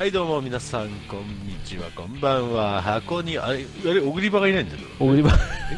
はいどうも皆さんこんにちはこんばんは。箱にあれ小栗場がいないんだけど。 小栗場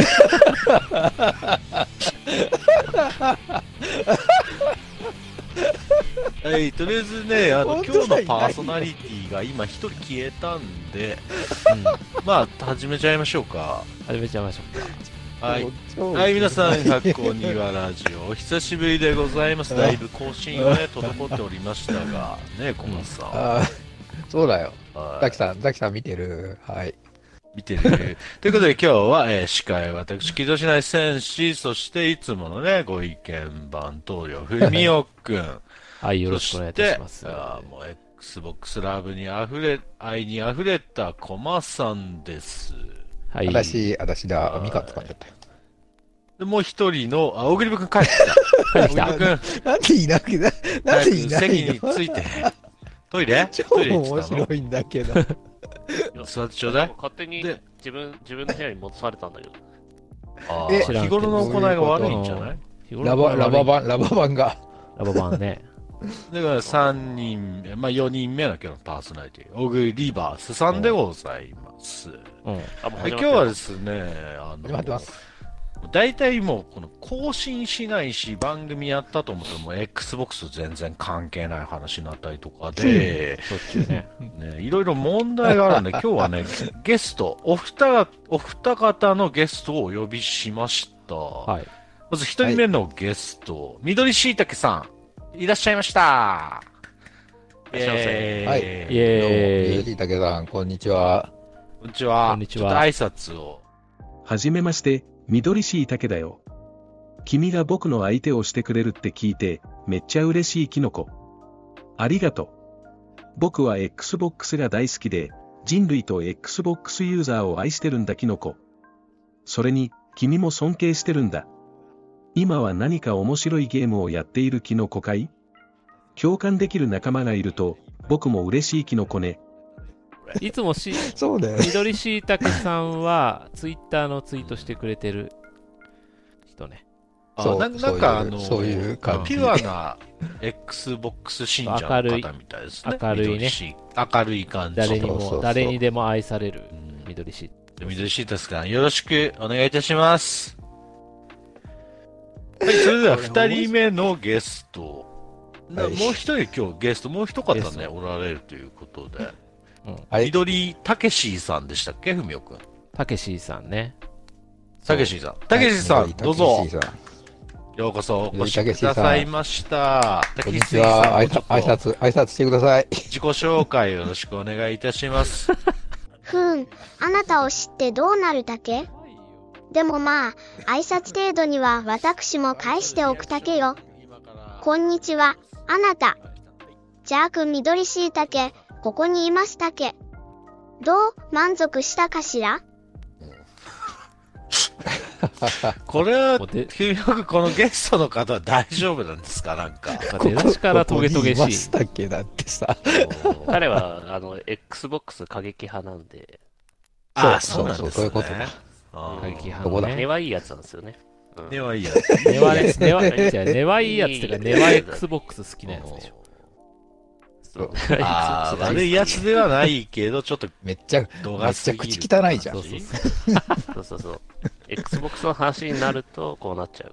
はい、とりあえずね今日のパーソナリティが今一人消えたんで、まあ始めちゃいましょうか。 始めちゃいましょうか。 はい、はい、皆さん箱庭ラジオお久しぶりでございます。だいぶ更新がね滞っておりましたがね、小松さん、 あそうだよ。 はいザキさん見てる。はい。 見てるということで今日は、司会私木戸市内戦士、そしていつものねご意見番棟梁ふみおくんはい、よろしくお願いいたします。 もう Xbox ラブに愛にあふれたコマさんです。 はい。 私だ。ミカ使っちゃったよ。 でもう一人の小栗部君帰ってきた。小栗部君なんでいなくな、なんでいない席にの？ ついてトイレ超トイレ行って面たの？ 白いんだけど。 座ってちょうだい。 勝手に自分の部屋に戻されたんだけど。 日頃の行いが悪いんじゃない？ ラババンが。 ラババンね。 だから3人目、まあ4人目の今日のパーソナリティ、小栗バースさんでございます。 うん。 今日はですね、 始まってます。 大体もうこの更新しないし番組やったと思っても Xbox 全然関係ない話になったりとかで、 そっちね。 いろいろ問題があるんで今日はねゲストお二方のゲストをお呼びしました。 はい。 まず一人目のゲスト、緑しいたけさんいらっしゃいました。 いらっしゃいませ。 はい。 イエーイ。 しいたけさん、こんにちは。 こんにちは。 こんにちは。 ちょっと挨拶を。 はじめまして、緑しいたけだよ。君が僕の相手をしてくれるって聞いて、めっちゃ嬉しいキノコ。ありがとう。僕は Xbox が大好きで、人類と Xbox ユーザーを愛してるんだキノコ。それに、君も尊敬してるんだ。今は何か面白いゲームをやっているキノコかい？共感できる仲間がいると、僕も嬉しいキノコね。 いつもそうだよ。 緑しいたけさんは、ツイッターのツイートしてくれてる人ね。 なんかそういう感じ。 ピュアな Xbox 信者の方みたいですね。 明るいね。 明るい感じ。 誰にでも愛される緑しい。 緑しいたけさん、よろしくお願いいたします。はい、それでは2人目のゲスト、もう一人今日ゲスト、もう一方ね、おられるということで、緑たけしーさんでしたっけ、ふみおくん。 たけしーさんね。 たけしーさん。たけしーさん、どうぞ。ようこそお越しくださいました。 こんにちは。挨拶してください。 自己紹介よろしくお願いいたします。 あなたを知ってどうなるだけ？でもまあ、挨拶程度には私も返しておくだけよ。こんにちは、あなた。じゃあくん緑しいたけ、ここにいますたけ。どう？満足したかしら？ これは、このゲストの方は大丈夫なんですか？なんか。 出だしからトゲトゲしい。 ここにいましたっけだってさ。 彼は、Xbox 過激派なんで。 そうなんですね。 そういうことだ。 過激派ね。 根はいいやつなんですよね。 根はいいやつ。 根はいいやつってか、根は Xbox 好きなやつでしょ。 悪いやつではないけど、ちょっとめっちゃ口汚いじゃん。 そう。Xbox の話になると、こうなっちゃう。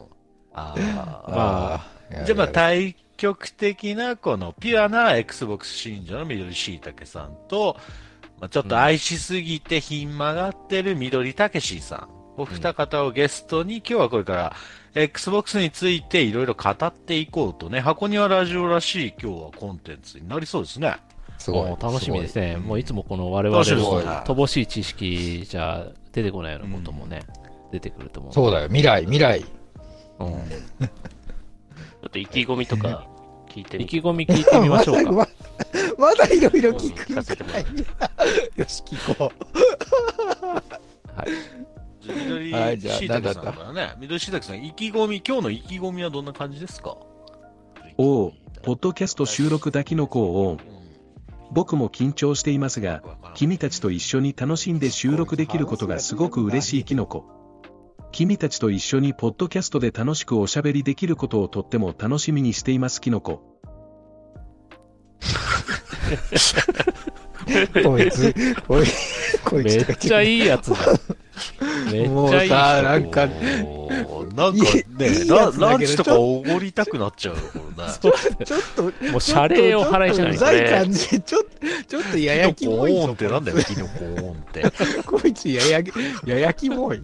じゃあ対極的な、このピュアな Xbox 信者の緑しいたけさんと、ちょっと愛しすぎてひん曲がってる緑たけしさん。お二方をゲストに、今日はこれから Xbox についていろいろ語っていこうとね、箱庭ラジオらしい今日はコンテンツになりそうですね。 すごい。楽しみですね。もういつもこの我々の乏しい知識じゃ出てこないようなこともね、出てくると思う。 そうだよ、未来。 ちょっと意気込みとか聞いてみ意気込み聞いてみましょうか。 まだいろいろ聞くのかい。よし、聞こう。 はい。緑しいたけさんからね、緑しいたけさん、今日の意気込みはどんな感じですか？ ポッドキャスト収録だキノコをオン。僕も緊張していますが、君たちと一緒に楽しんで収録できることがすごく嬉しいキノコ。君たちと一緒にポッドキャストで楽しくおしゃべりできることをとっても楽しみにしていますキノコ。 こいつ、こいめっちゃいいやつだ。めっちゃいい。 なんか、 なんかね、ランチとかおごりたくなっちゃうよ、これね。 ちょっと、 もう謝礼を払いじゃないちょっとうざい感じ、ちょっとややきもいぞ。 キノコーンってなんだよ、キノコーンって。 こいつややきもい。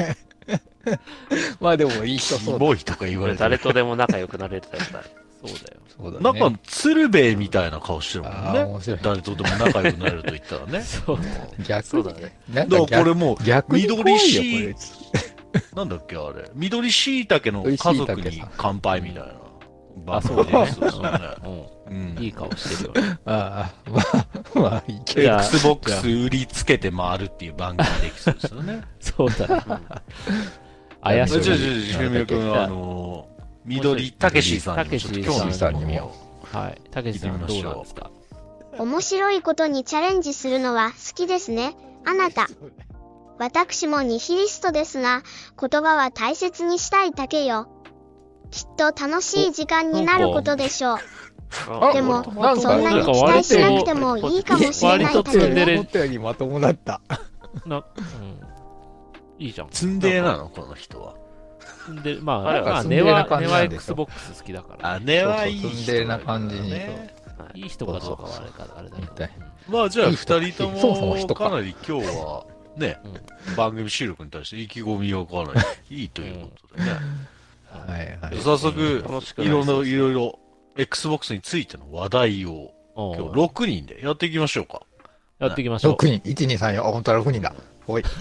まあでもいい人キそうだ。 モいとか言われて誰とでも仲良くなれるタイプだ。 そうだよ。 そうだね。 なんか、鶴瓶みたいな顔してるもあんねー面白い。 誰とでも仲良くなれると言ったらね。 そうだよ。 逆そうだね。 なんだからこれもう、 逆に怖いよ、こ緑れ。 なんだっけ、あれ。緑しいたけの家族に乾杯みたいな。 あ、そうだね。 そうだね。 うん。いい顔してるよね。 ああ、まあ、いける。 じゃあ Xbox 売りつけて回るっていう番組できそうですよね。 そうだね。怪しい。 ひろみやくん、緑たけしさんにもちょっと興味さんにも。 はい。たけしさんどうなんですか？ 面白いことにチャレンジするのは好きですね、あなた。私もニヒリストですが、言葉は大切にしたいだけよ。きっと楽しい時間になることでしょう。でも、そんなに期待しなくてもいいかもしれない割とツンデレけどね。 思ったよりまともだった。 いいじゃん。 ツンデレなのこの人は。 で、まあ、 なんかまあ、 ツンデレな根は感じなんでしょ Xbox 好きだから。 あ、根はいいそうそうツンデレな感じにね。 いい人かどうかはあれだけど。 まあじゃあ二いい人人とそもそもも人かかなり今日はね、番組収録に対して意気込みがかなりいいということでね。 はいはい。 早速楽しくないいろいろ Xbox についての話題を今日6人でやっていきましょうか。 やっていきましょう。 6人、1、2、3、4、あ、本当は6人だ。おい。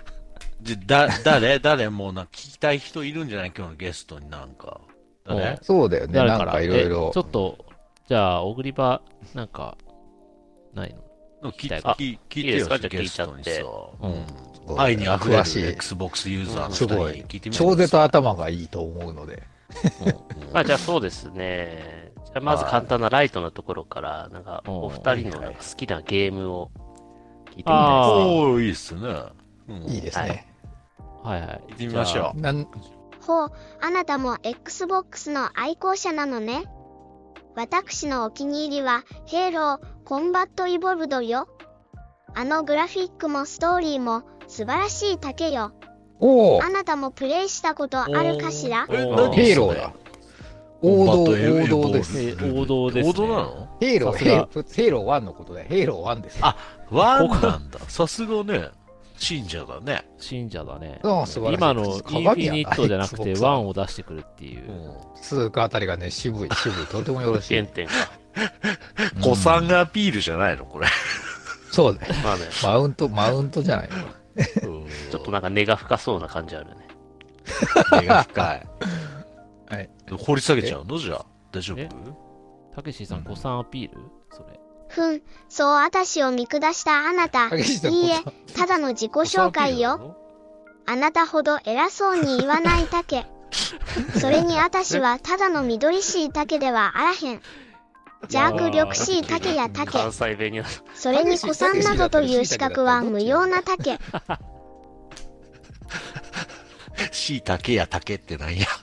誰もうなんか聞きたい人いるんじゃない今日のゲストになんか。誰そうだよね。 誰からなんかいろいろちょ。っと、じゃあ、送り場、なんか、ないの？ 聞いあていいですかよ、ゲストにさ。 うん愛に溢れる詳しい。 Xbox ユーザーのすごい人に聞いてみ。 超絶頭がいいと思うので。 まあじゃあそうですね。じゃあまず簡単なライトなところから、なんかお二人のなんか好きなゲームを聞いてみたいですね。 おー、いいっすね。 いいですね。 はいはい。 行ってみましょう。 ほう、あなたも Xbox の愛好者なのね。私のお気に入りは、ヘイロー、コンバットイボルドよ。あのグラフィックもストーリーも素晴らしい竹よ。 おおあなたもプレイしたことあるかしら？ 何ヘイローだ。王道です。 王道ですね。 王道なの？ ヘイロー、 さすがヘイロー1のことで、ヘイロー1です。 あ、ワンなんだ。さすがね、信者だね。 信者だね。 うん素晴らしい今のインフィニットじゃなくて、ワンを出してくるっていう。 通過あたりがね、渋い、とてもよろしい。 原点か。 子さんがアピールじゃないのこれ。 そうだね。 まあね、 マウントじゃないの。 ちょっとなんか根が深そうな感じあるね。 根が深い。 はい。 掘り下げちゃうのじゃあ。大丈え夫？ たけしさん、子さんアピールそれ。 ふん、そう私を見下したあなた。 たけしさんいいえ、ただの自己紹介よ。あなたほど偉そうに言わない竹。それに私はただの緑しい竹ではあらへん。邪悪緑しい竹や竹。 関西弁になる。 それに古参などという資格は無用な竹。 しいたけやたけってなんや。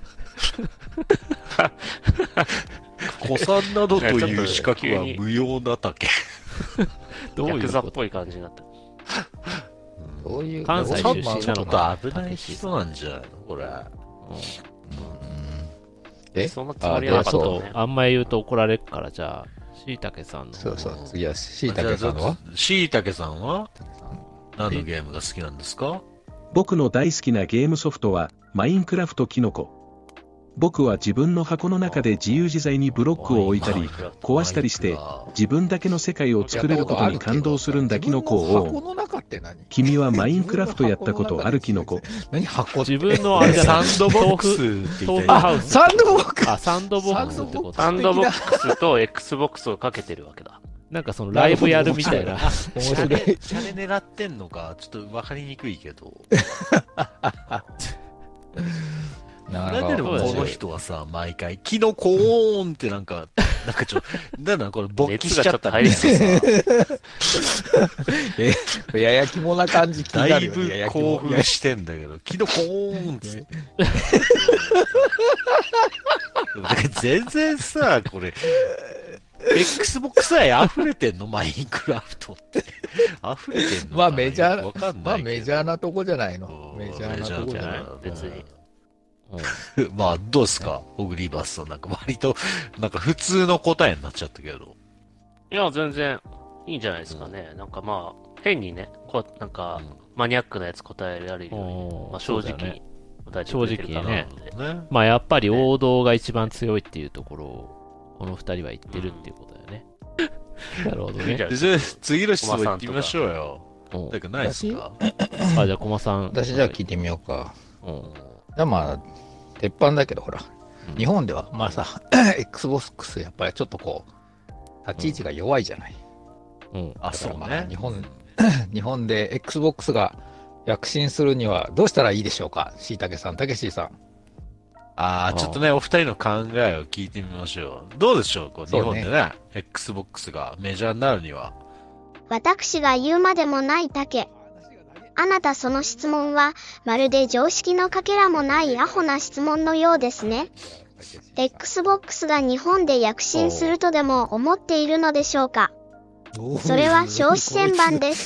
子さんなどという資格は無用なたけ。 どういヤクザっうこと？ ぽい感じになってる。 そういう。 関西出身ちょっなのかと危ない人なんじゃないのこれ。 そんなつもりはなかちょっったのね。 と、あんまり言うと怒られるから、じゃあ、しいたけさんの。 そうそう。次は、しいたけさんはしいたけさんは何のゲームが好きなんですか？ 僕の大好きなゲームソフトは、マインクラフトキノコ。僕は自分の箱の中で自由自在にブロックを置いたり、壊したりして、自分だけの世界を作れることに感動するんだキノコを。 箱の中って何？ 君はマインクラフトやったことあるキノコ？ 何箱って？ 自分のあれじゃないサンドボックスって言ったら豆腐ハウス。 サンドボックス。 あ、サンドボックスってこと。 サンドボックスと Xbox をかけてるわけだ。 なんかそのライブやるみたいな。 面シャ白い。 レ狙ってんのか、ちょっと分かりにくいけど。なんででもこの人はさ、毎回、キノコーンってなんかなんだこれ勃起しちゃったみたいなさ。 ややきもな感じ気になだいるよね。 ぶ興奮してんだけど、キノコーンっつって。全然さ、これ、 Xbox 愛溢れてんのマインクラフトって。溢れてんのまあメジャー、 わかんないけど。 まあメジャーなとこじゃないの。メジャーなとこじゃないの別に。 まあ、どうですかオグリバスさん。なんか割と、なんか普通の答えになっちゃったけど。 いや、全然いいんじゃないですかね。なんかまあ、変にね、なんか、マニアックなやつ答えられるように、まあ正直に答えてくれてるかなって。 まあやっぱり王道が一番強いっていうところを、この二人は言ってるっていうことだよね。なるほどね。 じゃあ次の質問行ってみましょうよ。なんかないですかじゃあコマさん。 私じゃあ聞いてみようか。じゃあまあ、鉄板だけどほら、日本ではまあさ、Xbox やっぱりちょっとこう、立ち位置が弱いじゃない。 あ、そうね。 日本で Xbox が躍進するにはどうしたらいいでしょうか、しいたけさん、たけしさん。 ちょっとね、お二人の考えを聞いてみましょう。どうでしょう、こう日本でね、Xbox がメジャーになるには。 私が言うまでもないだけ。あなたその質問は、まるで常識のかけらもないアホな質問のようですね。Xbox が日本で躍進するとでも思っているのでしょうか。それは少子旋盤です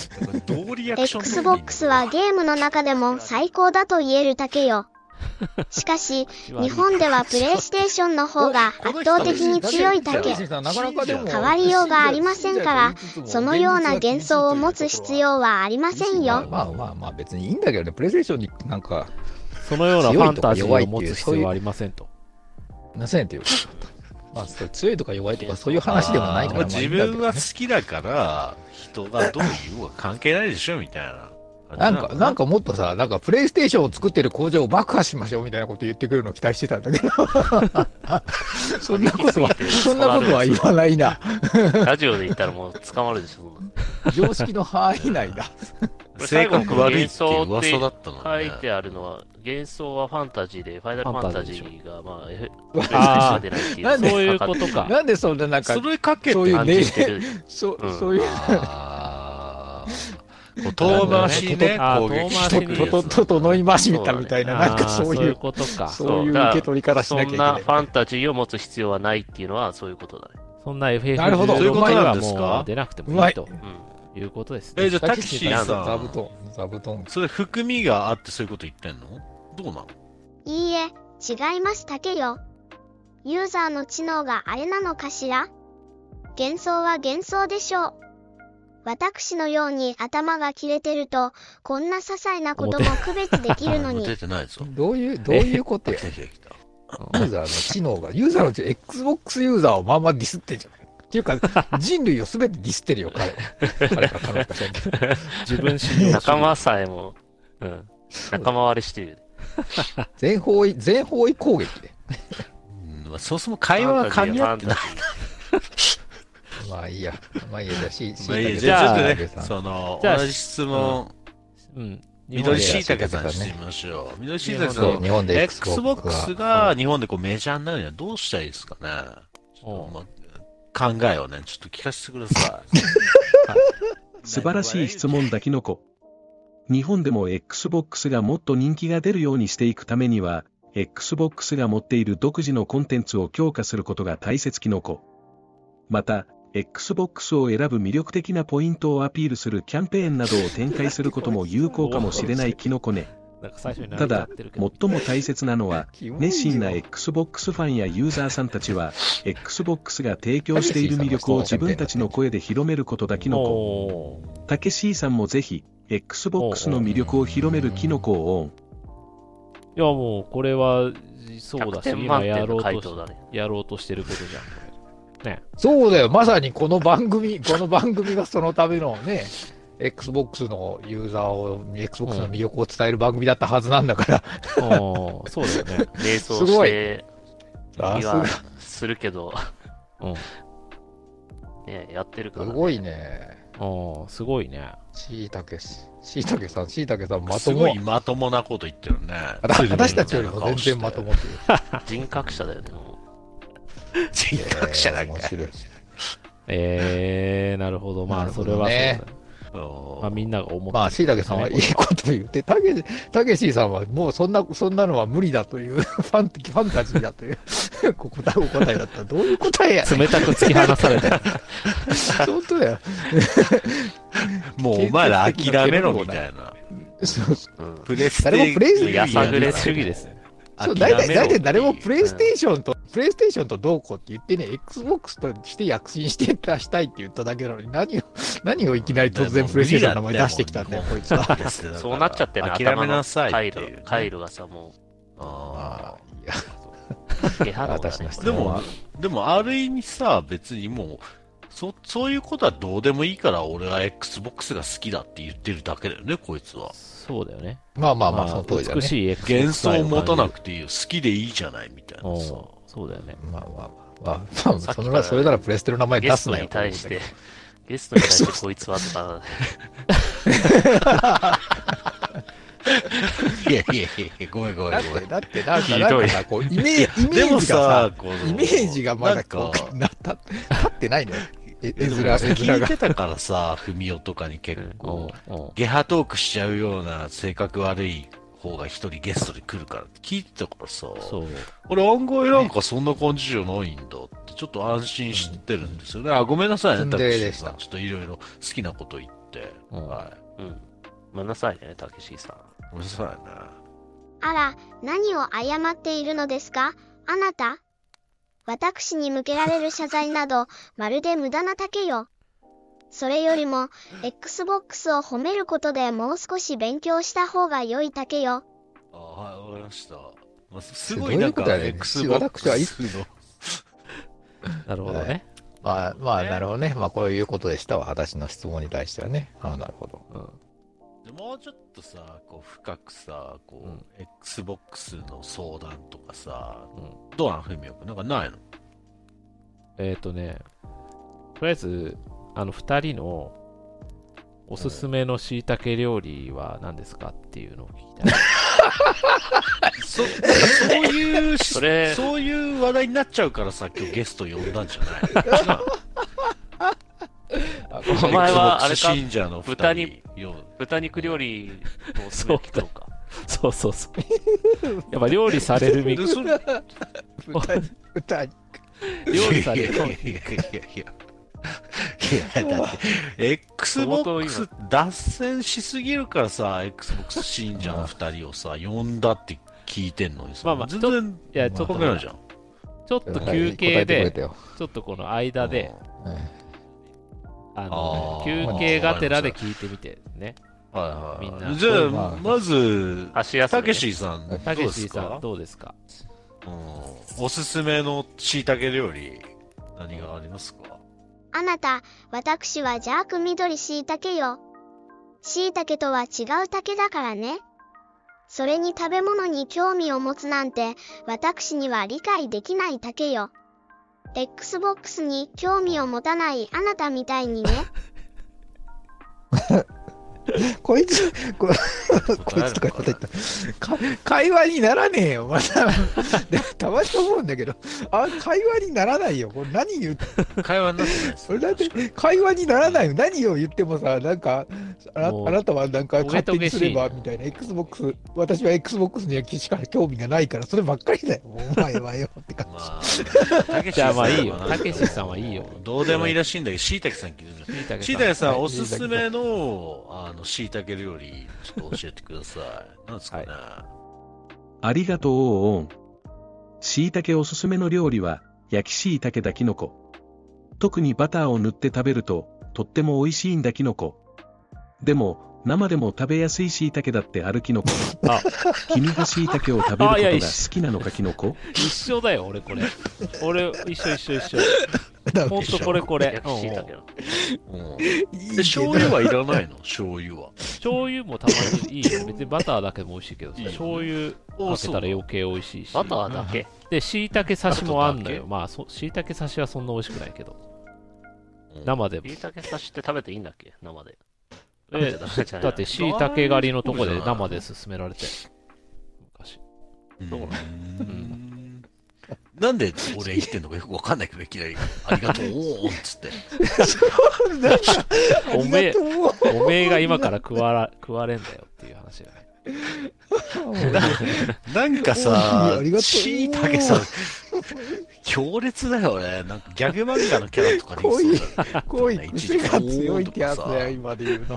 。Xbox はゲームの中でも最高だと言えるだけよ。しかし、日本ではプレイステーションの方が圧倒的に強いだけ。変わりようがありませんから、そのような幻想を持つ必要はありませんよ。 まあ別にいいんだけどね、プレイステーションになんか、 そのようなファンタジーを持つ必要はありませんと。 なせんというまあ、強いとか弱いとかそういう話でもないから、 自分は好きだから、人がどう言うか関係ないでしょみたいな。 なんかもっとさ、なんかプレイステーションを作ってる工場を爆破しましょうみたいなこと言ってくるのを期待してたんだけど。そんなことは言わないな。 ラジオで言ったらもう捕まるでしょ。 常識の範囲内だ。 性格悪いっていう噂だったのね。 書いてあるのは、幻想はファンタジーで、ファイナルファンタジーが、まあ、プレイステーション出ないっていう。 そういうことか。 なんでそんななんか、 それかけてそういうね、そういう。 遠回しね、 攻撃整いましみたいな、なんかそういうことか。 そういう受け取り方しなきゃいけない。 そんなファンタジーを持つ必要はないっていうのはそういうことだね。 そんな FF なるほど、 そういうことなんですか。出なくてもいいということですね。 じゃあタキシーさん、 座布団。 それ含みがあってそういうこと言ってんの？どうなの？ いいえ、違いますだけよ。ユーザーの知能があれなのかしら？幻想は幻想でしょう。私のように頭が切れてると、こんな些細なことも区別できるのに。 どういうことや。ユーザーの知能が、ユーザーのXbox ユーザーをまあまあディスってんじゃないっていうか、人類をすべてディスってるよ、彼か彼か自分史上仲間さえも、仲間割れしてる。 全方位攻撃で。 そもそも会話が噛み合ってない。 まあいいや。まあいいや。 じゃあ、ちょっとね、同じ質問、緑しいたけさんしてみましょう。緑しいたけさん、 日本で Xbox が日本でこうメジャーになるにはどうしたらいいですかね。考えをね、ちょっと聞かせてください。 素晴らしい質問だきのこ。日本でも Xbox がもっと人気が出るようにしていくためには、Xbox が持っている独自のコンテンツを強化することが大切きのこ。また、Xbox を選ぶ魅力的なポイントをアピールするキャンペーンなどを展開することも有効かもしれないキノコね。ただ、最も大切なのは、熱心な Xbox ファンやユーザーさんたちは、Xbox が提供している魅力を自分たちの声で広めることだキノコ。たけしーさんもぜひ、Xbox の魅力を広めるキノコをオン。 いやもう、これは、そうだし、今やろうとしてることじゃん。ね、 そうだよ、まさにこの番組がそのためのね、Xbox のユーザーを、Xbox の魅力を伝える番組だったはずなんだから。 そうだよね。 瞑想して気はするけど、ね、やってるから、 すごいね。 すごいね。 しいたけさんすごいまともなこと言ってるね。 私たちよりも全然まともっていう。 人格者だよね。 人格者なんか。 なるほど。まあ、それはそうだね。 まあ、みんなが思ってる。 まあ、しいたけさんはいいこと言って、たけしさんはもうそんなのは無理だという、ファンタジーだという、お答えだったら、どういう答えや冷たく突き放されてる。 本当だよ。 もうお前ら諦めろみたいな。プレステ誰もプレイスやさぐれ主義ですね。 そう、大体誰もプレイステーションとどうこうって言ってね、Xbox として躍進して出したいって言っただけなのに、何をいきなり突然プレイステーションの名前出してきたんだよ、こいつは。 そうなっちゃってね、 諦めなさいっていうね。 カイルがさ、もあいやう、下ハ私の質で問はも、でもある意味さ、別にもう、そういうことはどうでもいいから、俺は Xbox が好きだって言ってるだけだよね、こいつは。 そうだよね。 まあ、その通りだね。 美しい Xbox 幻想を持たなくていいよ。好きでいいじゃないみたいなさ。 そうだよね。 まあ、それならプレステの名前ゲスト出すなよ。 に対して、こいつはとか、 いや、ごめん。 だってなんかさ、こう、イメーでもジがささ、、 イメージがまだこう、立ってないのよ。絵面が。 聞いてたからさ、ふみおとかに結構、ゲハトークしちゃうような性格悪い方が一人ゲストで来るから聞いてたからさ、俺案外なんかそんな感じじゃないんだってちょっと安心してるんですよね。ごめんなさいね、 ツンデレでしたたけしさん。ちょっといろいろ好きなこと言って。はい。 ごめんなさいね、たけしさん。 ごめんなさいね。 あら、何を謝っているのですか、あなた。私に向けられる謝罪など、まるで無駄な竹よ。それよりも、Xbox を褒めることでもう少し勉強した方が良い竹よ。 はい、わかりました。すごいなんか、Xbox の。 なるほどね。 まあ、なるほどね。まあ、こういうことでしたわ。私の質問に対してはね。なるほど。 もうちょっとさ、こう深くさ、Xbox の相談とかさ、どうなんふみおくん、なんかないの？ とりあえず、二人のおすすめの椎茸料理は何ですかっていうのを聞きたい。 そういう話題になっちゃうからさ、今日ゲスト呼んだんじゃない？ お前はあれか、 信者の豚肉料理のおすすめ聞こうか。 そう。やっぱ料理される豚料理される。 いや、だって、Xbox 脱線しすぎるからさ、Xbox 信者の二人をさ、呼んだって聞いてんのにさ、全然、 ちょっとないじゃん。 ちょっと休憩で、ちょっとこの間で、休憩がてらで聞いてみてね。みんな。 じゃあ、まず、たけしさん、 どうですか？ おすすめの椎茸料理、何がありますか？ あなた、私はジャーク緑椎茸よ。椎茸とは違う竹だからね。それに食べ物に興味を持つなんて、私には理解できない竹よ。Xbox に興味を持たないあなたみたいにね。 こいつとかこと言った会話にならねえよ、また。たまに思うんだけど、会話にならないよ。これ何言って。 会話になってないです。 それだって会話にならないよ。何を言ってもさ、なんか、あなたはなんか勝手にすればみたいな、Xbox、私は Xbox にしか興味がないから、そればっかりだよ。お前はよって感じ。 じゃあまあいいよ。たけしさんはいいよ。 どうでもいいらしいんだけど、しいたけさん聞いてる。しいたけさん、おすすめの、しいたけ料理、ちょっと教えてください。何ですかね。 ありがとう、オン。しいたけおすすめの料理は、焼きしいたけだきのこ。特にバターを塗って食べると、とっても美味しいんだきのこ。でも、生でも食べやすいしいたけだってあるきのこ。君がしいたけを食べることが好きなのかきのこ？ 一緒だよ、俺これ。俺、一緒。ほんとこれ。 しいたけの。 醤油はいらないの？醤油は。 醤油もたまにいいよ。別にバターだけでも美味しいけどさ、醤油かけたら余計美味しいし。 バターだけ？ で、しいたけ刺しもあんのよ。まあ、しいたけ刺しはそんな美味しくないけど。生でも。 しいたけ刺しって食べていいんだっけ？生で。 だってしいたけ狩りのとこで生で勧められて昔。 そうなの？ なんで俺言ってんのかよくわかんないけど、いきなり、ありがとうーんっつって。 おめえが今から食われんだよっていう話だね。 なんかさありがと、うしいたけさん、強烈だよね。なんかギャグ漫画のキャラとかで言いそうだね。 恋癖が強いってやつだよ、今で言うの。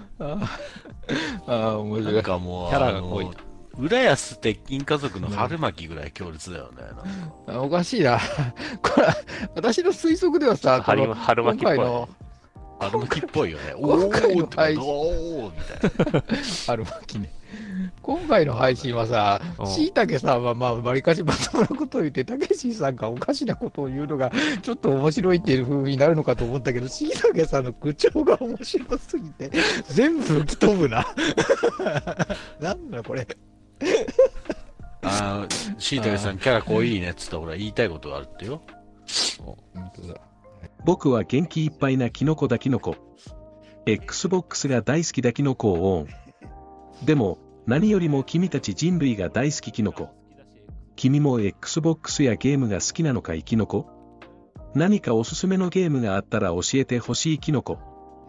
面白い。 なんかもう、 キャラが濃いな。 浦安鉄筋家族の春巻きぐらい強烈だよね。なんかおかしいな。これ、私の推測ではさ、 春巻きっぽい今回の春巻きっぽいよね。 今回の配信おーみたいな。 春巻きね。今回の配信はさう、んしいたけさんはまあ、わりかしまともなことを言って、たけしさんがおかしなことを言うのが、ちょっと面白いっていう風になるのかと思ったけど、しいたけさんの口調が面白すぎて、全部吹き飛ぶな。なんだこれ。 しいたけさんキャラ濃いねっつったら俺言いたいことがあるってよ。 本当だ。 僕は元気いっぱいなキノコだキノコ。Xbox が大好きだキノコをオン。でも、何よりも君たち人類が大好きキノコ。君も Xbox やゲームが好きなのかいキノコ？何かおすすめのゲームがあったら教えてほしいキノコ。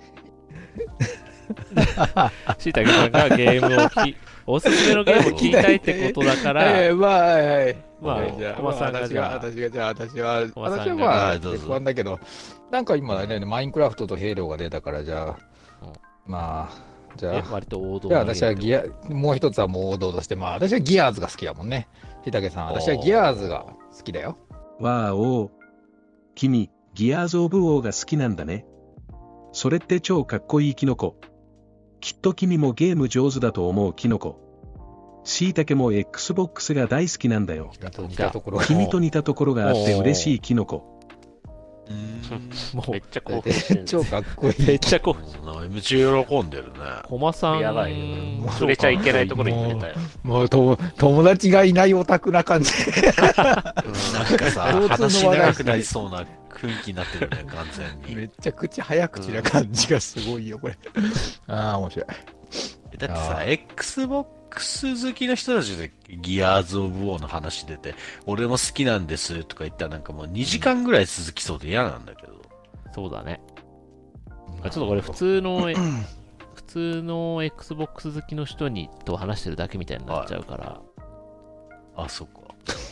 しいたけさんがゲームをおすすめのゲームを聞きたいってことだから、 まあ、はい。 まあじゃあコマさんがじゃあ私はコマさんがまあ、 はいどうぞ F1 だけど、なんか今ね、マインクラフトとヘイローが出たから、じゃあ、まあ、じゃあ、 割と王道じゃあな私はギア、もう一つはもう王道として、まあ私はギアーズが好きだもんね。ひたけさん、私はギアーズが好きだよ。 わーおー。君、ギアーズ・オブ・オーが好きなんだね。それって超かっこいいキノコ。きっと君もゲーム上手だと思うキノコ。しいたけも Xbox が大好きなんだよ。 似たところが君と似たところがあって嬉しいキノコ。 もうめっちゃ興奮してる。 超かっこいい。 めっちゃ夢中喜んでるね。 コマさんやばいよ。触れちゃいけないところに触れたよ。 もう友達がいないオタクな感じ。 なんかさ、 共通の話話題長くなりそうな雰囲気になってるね、完全に。 めっちゃ早口な感じがすごいよ、これ。ああ、面白い。 だってさ、Xbox 好きの人たちでギアーズ・オブ・ウォーの話出て、俺も好きなんですとか言ったらなんかもう2時間ぐらい続きそうで嫌なんだけど。 そうだね。ちょっとこれ普通の Xbox 好きの人にと話してるだけみたいになっちゃうから。 あ、そっか。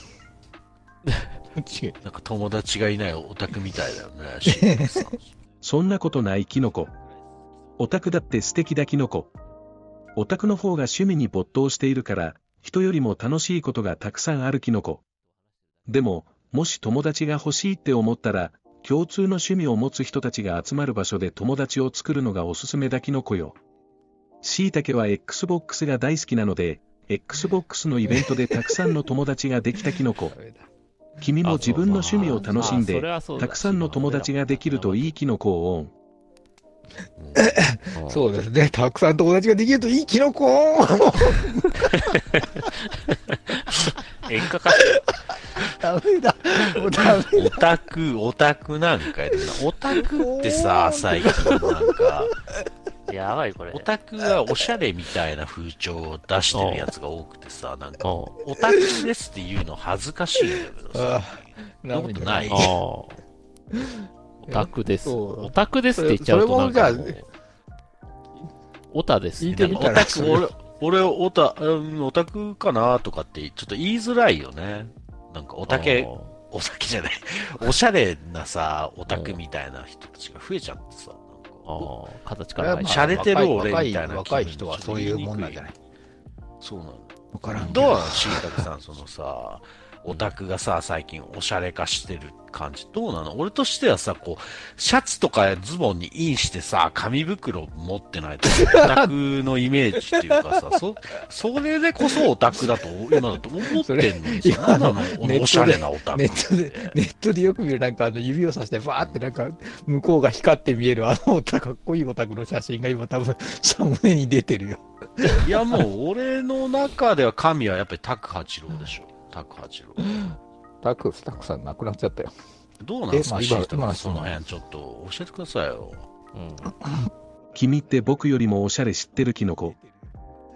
違う。 なんか友達がいないオタクみたいだよね、シークさん。 そんなことないキノコ。オタクだって素敵だキノコ。オタクの方が趣味に没頭しているから、人よりも楽しいことがたくさんあるキノコ。でも、もし友達が欲しいって思ったら、共通の趣味を持つ人たちが集まる場所で友達を作るのがおすすめだキノコよ。しいたけは Xbox が大好きなので、Xbox のイベントでたくさんの友達ができたキノコ。君も自分の趣味を楽しんで、たくさんの友達ができるといいキノコをオン。 そうですね。たくさん友達ができるといいキノコ。 演歌歌ダメだ。もうダメだ。 オタクなんかやでな。オタクってさ、最近なんか、 やばいこれ。 オタクはおしゃれみたいな風潮を出してるやつが多くてさ、なんか、 おオタクですって言うの恥ずかしいんだけどさ、そんなことない。 オタクです。 そうオタクですって言っちゃうとなんかもそれもう、オタです言いっててみたらオタク、俺オタクかなとかってちょっと言いづらいよね。なんかお酒じゃない。おしゃれなさ、オタクみたいな人たちが増えちゃってさ、なんか形から入っしゃれてる俺みたいな若い人はそういうもんなんじゃない。 そうなの。 わからんけどうなのしいたけさん、そのさ、オタクがさ、最近おしゃれ化してる感じ。どうなの？俺としてはさ、こう、シャツとかズボンにインしてさ、紙袋持ってないと、オタクのイメージっていうかさ、それでこそオタクだと、今だと思ってんのにさ、 今なんなのおしゃれなオタク。 ネットでよく見るなんか指をさしてバーってなんか向こうが光って見えるかっこいいオタクの写真が今多分サムネに出てるよ。 いやもう俺の中では神はやっぱりタク八郎でしょ。タク八郎。 タクさん亡くなっちゃったよ。 どうなんですか、 今シータ今その辺ちょっと教えてくださいよ。 うん君って僕よりもおしゃれ知ってるキノコ。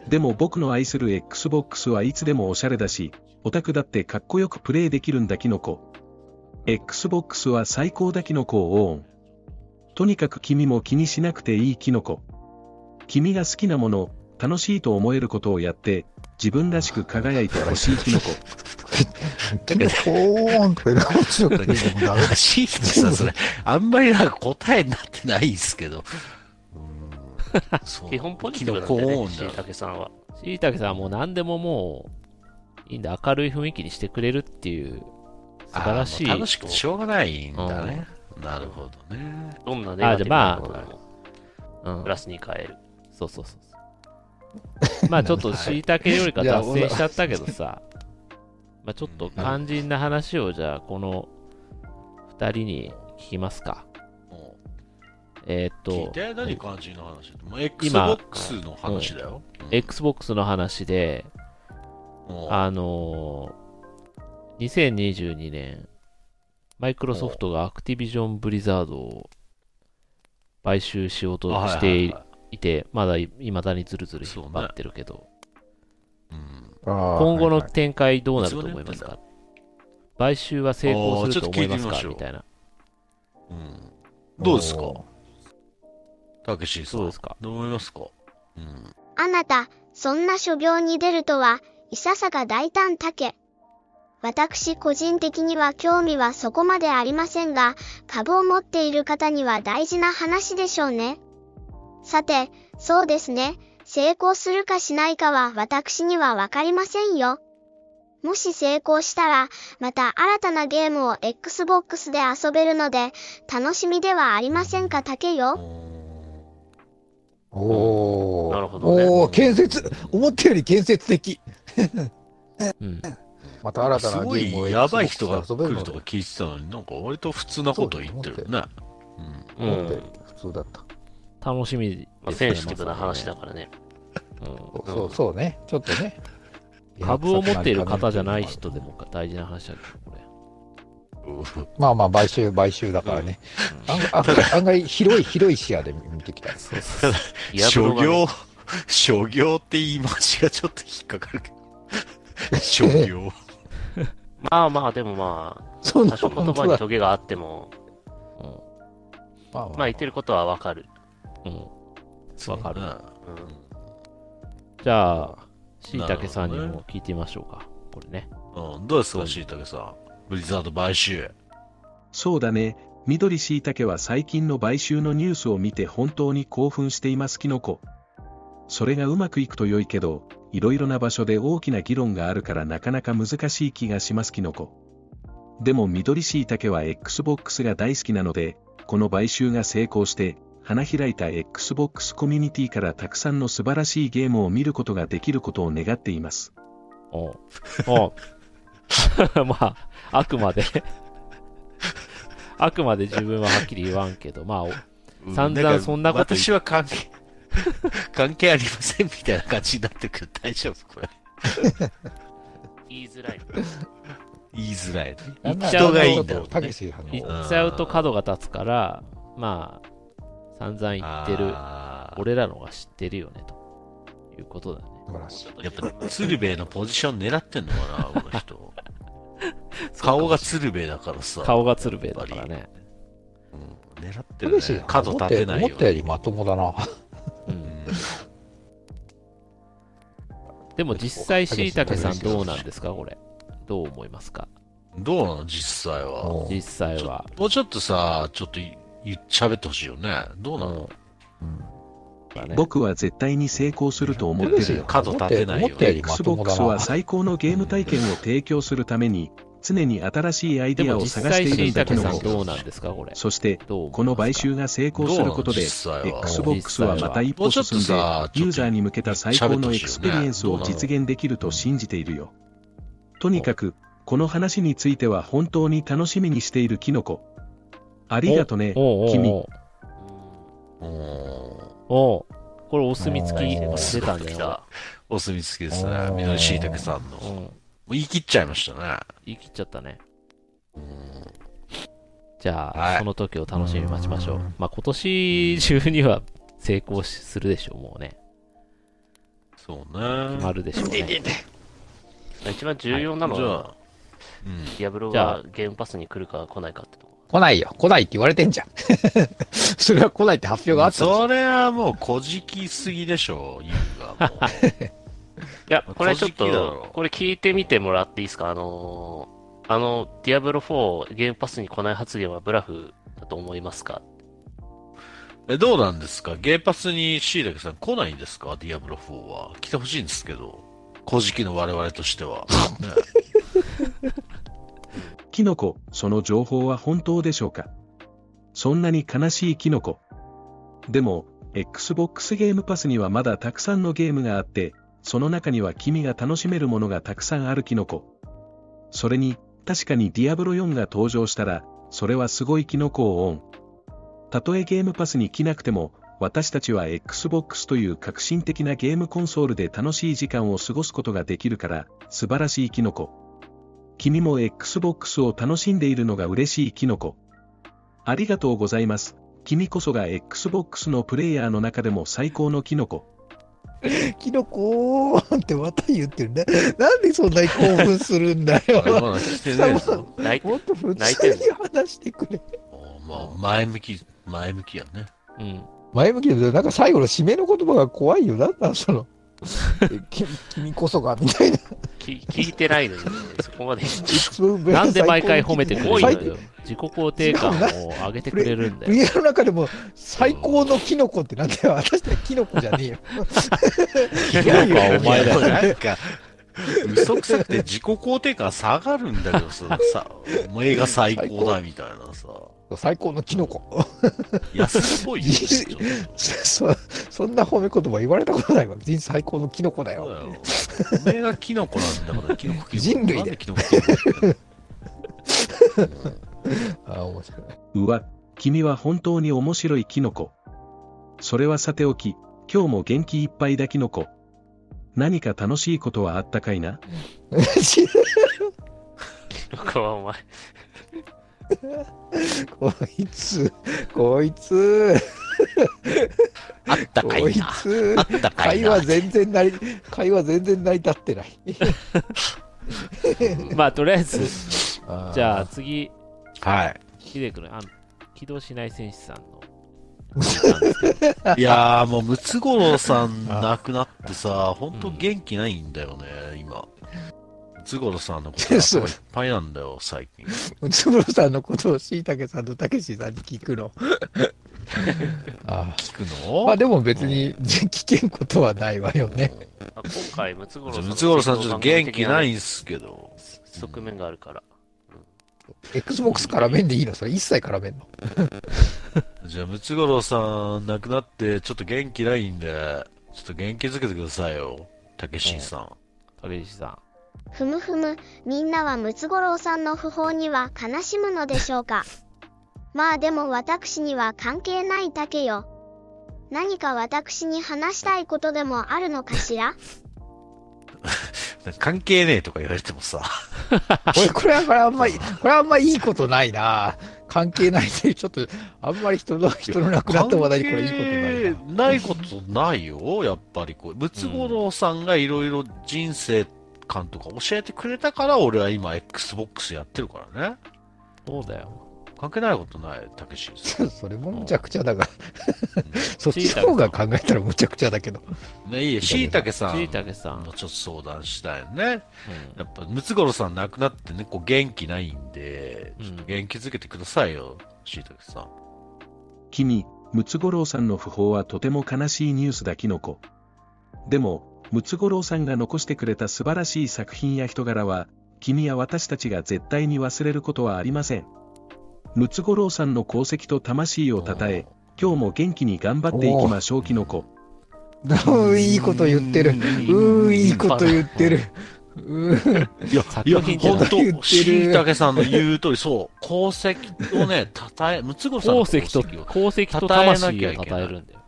でも僕の愛する Xbox はいつでもおしゃれだし、オタクだってかっこよくプレイできるんだキノコ。Xbox は最高だキノコをオン。とにかく君も気にしなくていいキノコ。君が好きなもの、楽しいと思えることをやって、自分らしく輝いてほしいキノコ。 キノコーンとか面白くてもダメだしいってさ、それ、あんまりなんか答えになってないですけど。 基本ポジティブなんでね、しいたけさんは。 しいたけさんはもう何でももう、いいんで明るい雰囲気にしてくれるっていう、素晴らしい。 楽しくてしょうがないんだね。なるほどね。 どんなネガティブなことでも、 うん、 プラスに変える。 そうそうそう。まあちょっとしいたけよりか脱線しちゃったけどさ、まあちょっと肝心な話をじゃあこの2人に聞きますか。 聞いて、何肝心の話もう Xbox の話だよ。 Xbox の話で、2022年、マイクロソフトがアクティビジョン・ブリザードを買収しようとしていて、まだ未だにずるずる引っ張ってるけど、今後の展開どうなると思いますか？買収は成功すると思いますかみたいな。 どうですか？たけしさん。 どうですか？ どう思いますか？ あなた、そんな所業に出るとは、いささか大胆たけ。私個人的には興味はそこまでありませんが、株を持っている方には大事な話でしょうね。さて、そうですね。成功するかしないかは私にはわかりませんよ。もし成功したら、また新たなゲームを Xbox で遊べるので、楽しみではありませんか、たけよ。 おー。 なるほどね。 おー、建設、思ったより建設的。また新たすごなゲームをいやばい人が来遊べるのでるとか聞いてたのに、なんか割と普通なこと言ってるね。 思ったより普通だった。 楽しみですね。 まあ、センシティブな話だからね。 そうね。ちょっとね。 株を持っている方じゃない人でも大事な話だけど、これ。 まあまあ、買収だからね。案外、広い視野で見てきた。 商業って言い回しがちょっと引っかかるけど。商業。 まあまあ、でもまあ、 そんな多少言葉にトゲがあっても、 まあまあ言ってることはわかる。 わかる。じゃあ、しいたけさんにも聞いてみましょうか。これね。 どうですか、しいたけさん。ブリザード買収。 そうだね。緑しいたけは最近の買収のニュースを見て本当に興奮していますキノコ。それがうまくいくと良いけど、いろいろな場所で大きな議論があるからなかなか難しい気がしますキノコ。でも緑しいたけは Xbox が大好きなので、この買収が成功して、花開いた Xbox コミュニティからたくさんの素晴らしいゲームを見ることができることを願っています。 まあ、あくまで自分ははっきり言わんけど、まあ、散々そんなこと私は関係ありませんみたいな感じになってくる。大丈夫これ。 言いづらい。 言いづらい。 言っちゃうと、 いいんだろうね。 言っちゃうと角が立つから、まあ、散々言ってる、俺らのが知ってるよね、ということだね。 やっぱ、鶴瓶のポジション狙ってんのかな、この人。顔が鶴瓶だからさ。 顔が鶴瓶だからね。 狙ってるね。角立てないよ。 思ったよりまともだな。 でも実際しいたけさんどうなんですかこれ。どう思いますか？ どうなの実際は。 実際は。 もうちょっとさ、ちょっと喋ってほしいよね。どうなの？ 僕は絶対に成功すると思ってるよ。 角立てないよ。 Xbox は最高のゲーム体験を提供するために、常に新しいアイディアを探しているんだけども、 どうなんですかこれ。 そしてこの買収が成功することで Xbox はまた一歩進んでユーザーに向けた最高のエクスペリエンスを実現できると信じているよ。とにかくこの話については本当に楽しみにしているキノコ。ありがとね君。 これお墨付き出たんじゃない？ お墨付きですね。緑しいたけさんの。もう言い切っちゃいましたね。 言い切っちゃったね。じゃあ、その時を楽しみに待ちましょう。まあ今年中には成功するでしょう、もうね。 そうね。 決まるでしょうね。 一番重要なのは、ディアブロがゲームパスに来るか来ないかってとこ。 来ないよ。来ないって言われてんじゃん。それは来ないって発表があったんそれはもうこじきすぎでしょ、ユウがもう。 いや、これちょっと、これ聞いてみてもらっていいですか？ディアブロ4ゲームパスに来ない発言はブラフだと思いますか？ どうなんですか？ゲーパスにシーラケさん来ないんですか？ディアブロ4は。来てほしいんですけど。古事記の我々としては。ね、 キノコ、その情報は本当でしょうか？そんなに悲しいキノコ。でも、Xbox ゲームパスにはまだたくさんのゲームがあって、その中には君が楽しめるものがたくさんあるキノコ。それに、確かにディアブロ4が登場したら、それはすごいキノコをオン。たとえゲームパスに来なくても、私たちは Xbox という革新的なゲームコンソールで楽しい時間を過ごすことができるから、素晴らしいキノコ。君も Xbox を楽しんでいるのが嬉しいキノコ。ありがとうございます。君こそが Xbox のプレイヤーの中でも最高のキノコ。 キノコーってまた言ってるね。なんでそんなに興奮するんだよ。もっと普通に話してくれ。 まあ、前向きやね。 うん。 前向きで、なんか最後の締めの言葉が怖いよ。なんだ、その、君こそが、みたいな。 聞いてないのに、そこまで。 なんで毎回褒めてくれるのよ。自己肯定感を上げてくれるんだよ。 家の中でも最高のキノコってなんだよ。私たちキノコじゃねえよ。 キノコはお前だよ。 なんか、嘘くさくて自己肯定感下がるんだけどさ、お前が最高だみたいなさ。 最高のキノコ。 安っぽいよ。 そんな褒め言葉言われたことないわ。人生最高のキノコだよ。 お前がキノコなんだから、キノコ人類で。 キノコあ、面白い。 うわ、君は本当に面白いキノコ。それはさておき、今日も元気いっぱいだキノコ。何か楽しいことはあったかいな？ キノコはお前。 こいつ。 あったかいな。 こいつ。 あったかいな。 会話全然成り立ってない。 まあ、とりあえず、じゃあ次、 はい。 ヒデ君の起動しない戦士さんの。 いやーもうムツゴロウさん亡くなってさ、ほんと元気ないんだよね、今。ムツゴロウさんのことがいっぱいなんだよ、最近。 ムツゴロウさんのことをしいたけさんとたけしさんに聞くの。 聞くの？ まあでも別に聞けんことはないわよね。 今回ムツゴロウさんちょっと元気ないんすけど。 側面があるから。 Xbox 絡めんでいいの？それ一切絡めんの？ じゃあムツゴロウさん亡くなってちょっと元気ないんで、ちょっと元気づけてくださいよ、たけしさん。 たけしさん。 ふむふむ、みんなはムツゴロウさんの訃報には悲しむのでしょうか。まあでも私には関係ないだけよ。何か私に話したいことでもあるのかしら？ 関係ねえとか言われてもさ。 これはあんまいいことないな。関係ないで、ちょっと、あんまり人の亡くなった話題にこれいいことないな。 ないことないよ、やっぱりこう。ムツゴロウさんがいろいろ人生観とか教えてくれたから、俺は今 Xbox やってるからね。 そうだよ。 関係ないことない、たけしさん。 それもむちゃくちゃだが。そっちの方が考えたらむちゃくちゃだけど。 ね、いいえ、しいたけさん。 しいたけさん。 ちょっと相談したいよね。やっぱ、ムツゴロウさん亡くなってね、こう元気ないんで、ちょっと元気づけてくださいよ、しいたけさん。 君、ムツゴロウさんの訃報はとても悲しいニュースだキノコ。でも、ムツゴロウさんが残してくれた素晴らしい作品や人柄は、君や私たちが絶対に忘れることはありません。ムツゴロウさんの功績と魂をたたえ、今日も元気に頑張っていきましょうキノコ。 いいこと言ってる。いいこと言ってる。 いや、ほんと、しいたけさんの言う通り、そう、功績をね、たたえ、ムツゴロウさんの功績と魂をたたえるんだよ。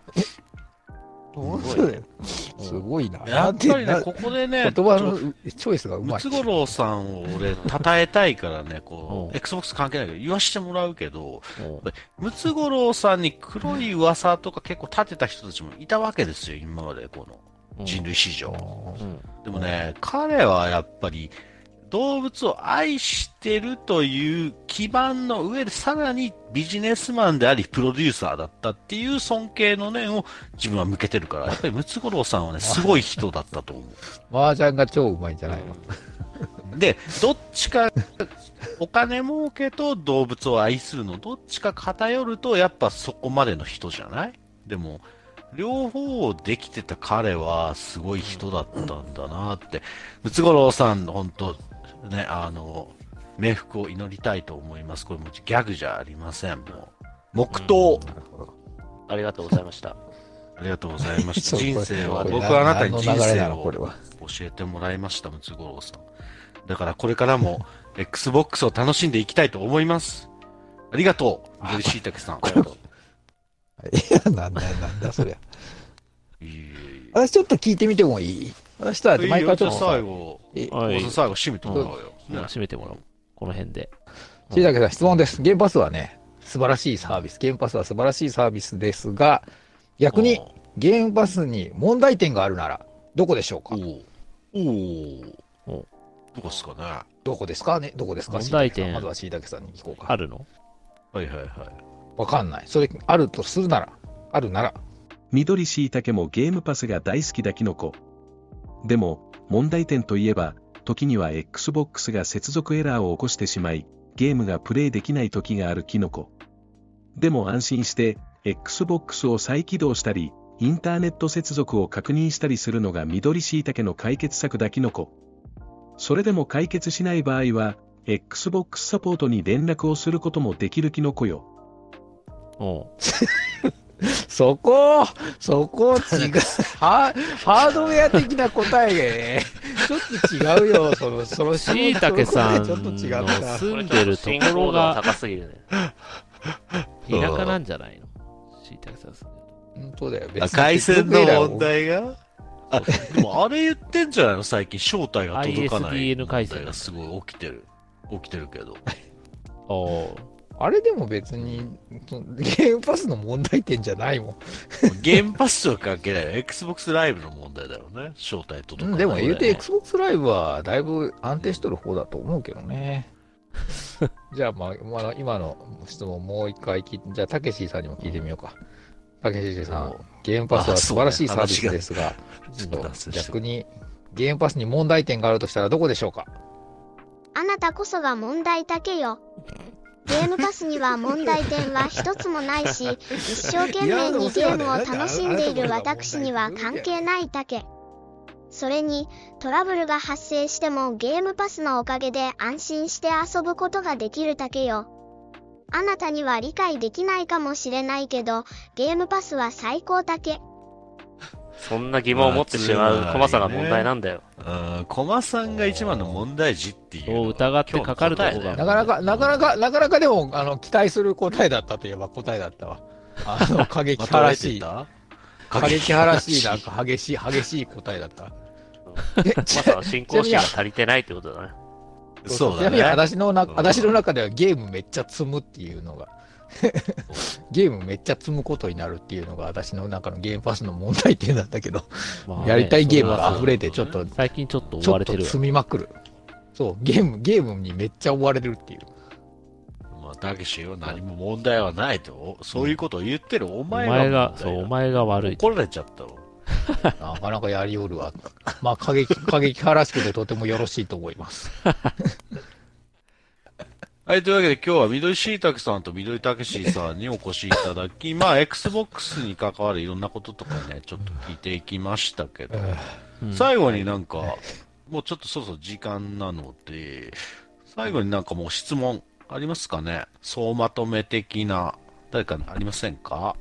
すごいな。 やっぱりね、ここでね、 言葉のチョイスがうまい。 ムツゴロウさんを俺、称えたいからね、こう、Xbox 関係ないけど、言わしてもらうけど、ムツゴロウさんに黒い噂とか結構立てた人たちもいたわけですよ、今まで、この。 人類史上。 うん。 でもね、彼はやっぱり動物を愛してるという基盤の上でさらにビジネスマンでありプロデューサーだったっていう尊敬の念を自分は向けてるから、やっぱりムツゴロウさんはね、すごい人だったと思う。 麻雀が超うまいんじゃないの？ で、どっちか、お金儲けと動物を愛するの、どっちか偏ると、やっぱそこまでの人じゃない？でも、両方できてた彼は、すごい人だったんだなって。ムツゴロウさん、本当ね、冥福を祈りたいと思います。これもギャグじゃありません。もう、黙祷。 ありがとうございました。 ありがとうございました。 そう人生は、 これ僕はあなたに人何の流れ生をなのこれは教えてもらいました、ムツゴロウさん。だからこれからも Xbox を楽しんでいきたいと思います。ありがとう、緑しいたけさん。ありがとう。 いや、なんだ、そりゃ。 いえいえいえ私ちょっと聞いてみてもいい？私とは毎回ちょっと最後、 はい最後締めてもらおうよ。ね締めてもらおう。この辺で。 しいたけさん質問です。ゲームパスはね、素晴らしいサービス。ゲームパスは素晴らしいサービスですが、逆にゲームパスに問題点があるなら、どこでしょうか？ どこですかね。 どこですかね？どこですか？ 問題点しいたけさんまずはしいたけさんに聞こうか。 あるの？ はいはいはい。 わかんない。それ、あるとするなら、あるなら。 緑しいたけもゲームパスが大好きだキノコ。でも、問題点といえば、時には Xbox が接続エラーを起こしてしまい、ゲームがプレイできない時があるキノコ。でも安心して、Xbox を再起動したり、インターネット接続を確認したりするのが緑しいたけの解決策だキノコ。それでも解決しない場合は、Xbox サポートに連絡をすることもできるキノコよ。 そこ違う。ハードウェア的な答えがね、ちょっと違うよ。そのしいたけさんちょっと違のった。 住んでるところ信号度がが高すぎるね。 田舎なんじゃないの？しいたけさん住んでる本当だよ。 あ、回線の問題がでもあれ言ってんじゃないの最近正体が届かない ISDN 回線問題がすごい起きてるけど。 と。 あれでも別に、ゲームパスの問題点じゃないもん。 ゲームパスとは関係ないよ。Xbox ライブの問題だよね。正体届かない。 でも言うて Xbox ライブはだいぶ安定しとる方だと思うけどね。じゃあ、今の質問もう一回聞いて、じゃあ、たけしさんにも聞いてみようか。たけしさん、ゲームパスは素晴らしいサービスですが、逆にゲームパスに問題点があるとしたらどこでしょうか？ あなたこそが問題だけよ。ゲームパスには問題点は一つもないし、一生懸命にゲームを楽しんでいる私には関係ないだけ。それに、トラブルが発生してもゲームパスのおかげで安心して遊ぶことができるだけよ。あなたには理解できないかもしれないけど、ゲームパスは最高だけ。 そんな疑問を持ってしまうコマさんが問題なんだよ。 コマさんが一番の問題児っていう。 そう疑ってかかるとこが。 なかなかでも、期待する答えだったといえば答えだったわ。過激派らしい。過激派らしい、なんか激しい答えだった。 コマさんは信仰心が足りてないってことだね。 そうだね。 ちなみに私の中ではゲームめっちゃ積むっていうのが、ゲームめっちゃ積むことになるっていうのが私の中のゲームパスの問題点だったけど、やりたいゲームが溢れてちょっと、 最近ちょっと追われてる。 積みまくる。そう、ゲームにめっちゃ追われてるっていう。 まあ、たけしよ、何も問題はないと、そういうことを言ってるお前がお前が悪い。 怒られちゃったわ。 なかなかやりおるわ。まあ、過激派らしくてとてもよろしいと思います。 はい、というわけで今日は緑しいたけさんと緑たけしさんにお越しいただき、まあ、Xbox に関わるいろんなこととかね、ちょっと聞いていきましたけど、最後になんか、もうちょっとそろそろ時間なので、最後になんかもう質問ありますかね？総まとめ的な、誰かありませんか？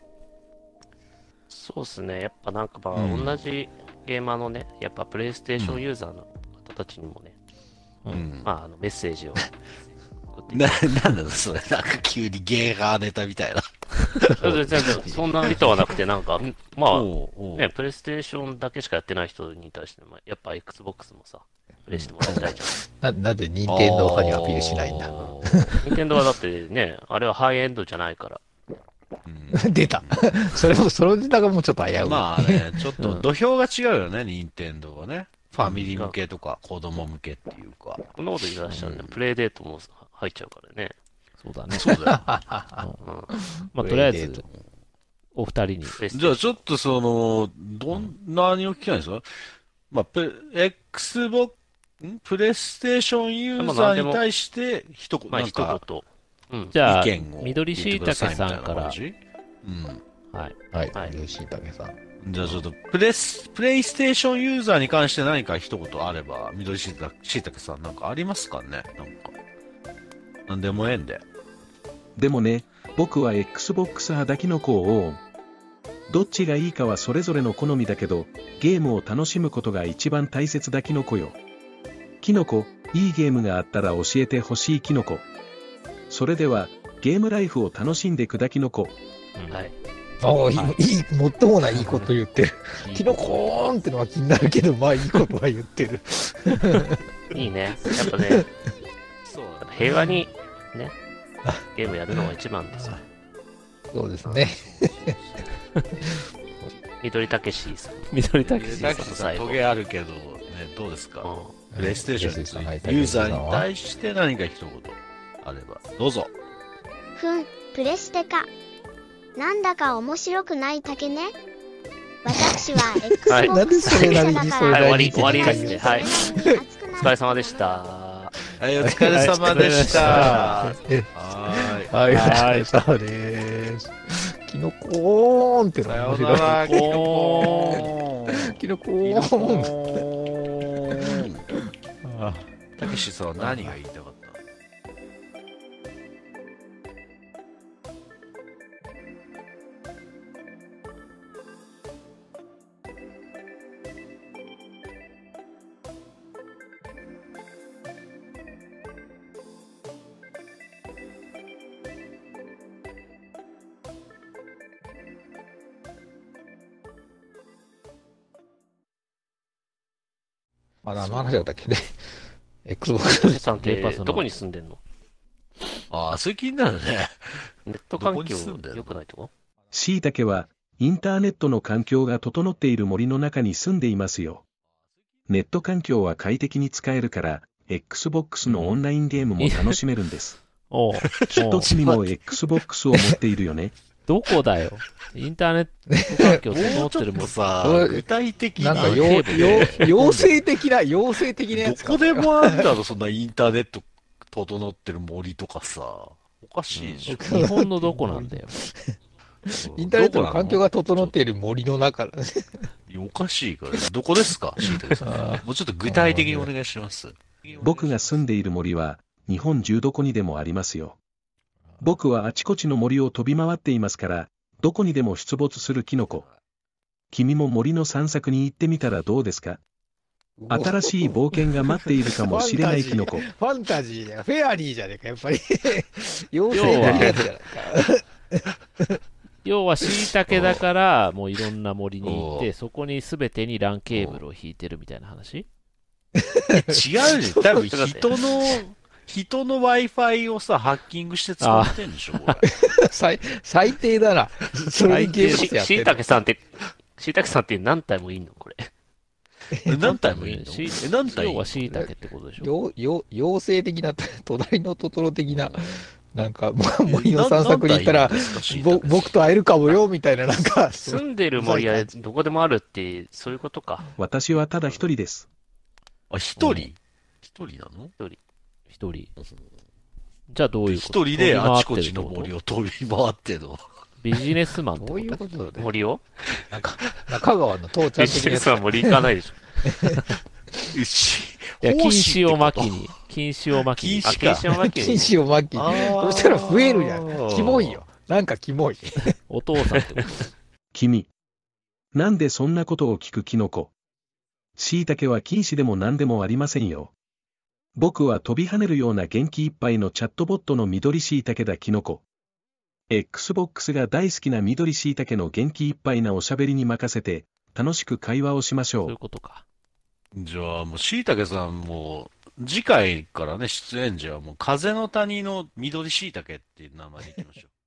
そうですね。やっぱなんか同じゲーマーのね、やっぱプレイステーションユーザーの方たちにもね、メッセージを送ってなんだそれ、なんか急にゲーガーネタみたいな。 そんな意図はなくて、なんか、まあ、ね、プレイステーションだけしかやってない人に対して、やっぱ Xbox もさ、プレイしてもらいたいじゃん。なんで任天堂派にアピールしないんだ。 任天堂はだってね、あれはハイエンドじゃないから。 出た。そのネタがもうちょっと危うい。 まあね、ちょっと土俵が違うよね、任天堂はね。ファミリー向けとか子供向けっていうか。 こんなこと言い出したらね、プレイデートも入っちゃうからね。 そうだね。 そうだよ。 まあ、とりあえず、お二人に。 じゃあちょっと何を聞きたいんですか？まあ、Xbox、プレイステーションユーザーに対して一言、 まあ、一言。 じゃあ、 意見を緑しいたけさんから。はい。 はい。緑しいたけさん。 じゃあちょっと、プレイステーションユーザーに関して何か一言あれば、緑しいたけさんなんかありますかね？なんか。なんでもええんで。 でもね、僕は Xbox 派だキノコをオン。どっちがいいかはそれぞれの好みだけど、ゲームを楽しむことが一番大切だキノコよ。キノコ、いいゲームがあったら教えてほしいキノコ。それでは、ゲームライフを楽しんでくだキノコ。 はい。 もっともないいこと言ってる。キノコーンってのは気になるけど、まあいいことは言ってる。 いいね。やっぱね、平和にね、ゲームやるのが一番ですよ。 そうですね。 緑たけしさん。 緑たけしさん。トゲあるけど、ね、どうですか？プレイステーションについてユーザーに対して何か一言あれば、どうぞ。 プレステか。なんだか面白くない竹ね。私は Xbox それなりにそれなりに終わりですね。はい。お疲れ様でした。 はい、お疲れ様でした。 はい、お疲れ様です。キノコーンってのは面白い。キノコーン。 たけしさんは何が言いたかった？ 何の話だったっけね。Xbox さんってどこに住んでんの？ ああ、そういう気になるね。 ネット環境良くないとこ？ しいたけは、インターネットの環境が整っている森の中に住んでいますよ。ネット環境は快適に使えるから、Xbox のオンラインゲームも楽しめるんです。きっと君も Xbox を持っているよね。 どこだよ。インターネット環境整ってるもんさ、具体的な。 なんか妖精的なやつどこでもあるだろ、そんなインターネット整ってる森とかさ。おかしいでしょ。 日本のどこなんだよ。 インターネットの環境が整っている森の中だね。 おかしいから、どこですか？もうちょっと具体的にお願いします。 僕が住んでいる森は、日本中どこにでもありますよ。僕はあちこちの森を飛び回っていますから、どこにでも出没するキノコ。君も森の散策に行ってみたらどうですか？新しい冒険が待っているかもしれないキノコ。 ファンタジーじゃフェアリーじゃねえか、やっぱり。妖精的なやつじゃないか。 要は椎茸だから、もういろんな森に行って、そこに全てに LAN ケーブルを引いてるみたいな話？ 違うじゃん。多分人の Wi-Fi をさ、ハッキングして使ってんでしょ、これ。最低だな。それにゲームしてやってる。 しいたけさんって何体もいんのこれ。 何体もいんの？何体？ 要は椎茸ってことでしょ？ 妖精的な、隣のトトロ的な、なんか、森の散策に行ったら、僕と会えるかもよ、みたいな、なんか。 住んでる森はどこでもあるって、そういうことか。 私はただ一人です。 あ、一人なの？ 一人。じゃあどういうこと？ 一人であちこちの森を飛び回っての。 ビジネスマンってこと？ どういうことだね。 森を？ 中川の父ちゃん的なやつ。 ビジネスマン森行かないでしょ。 いや、禁止を巻きに。禁止を巻きに。 禁止を巻きに。そしたら増えるじゃん。キモいよ。なんかキモい。 お父さんってこと？ 君。なんでそんなことを聞くキノコ。椎茸は禁止でも何でもありませんよ。僕は飛び跳ねるような元気いっぱいのチャットボットの緑椎茸だキノコ。Xbox が大好きな緑椎茸の元気いっぱいなおしゃべりに任せて、楽しく会話をしましょう。 そういうことか。 じゃあもう椎茸さんも、次回からね、出演時はもう風の谷の緑椎茸っていう名前でいきましょう。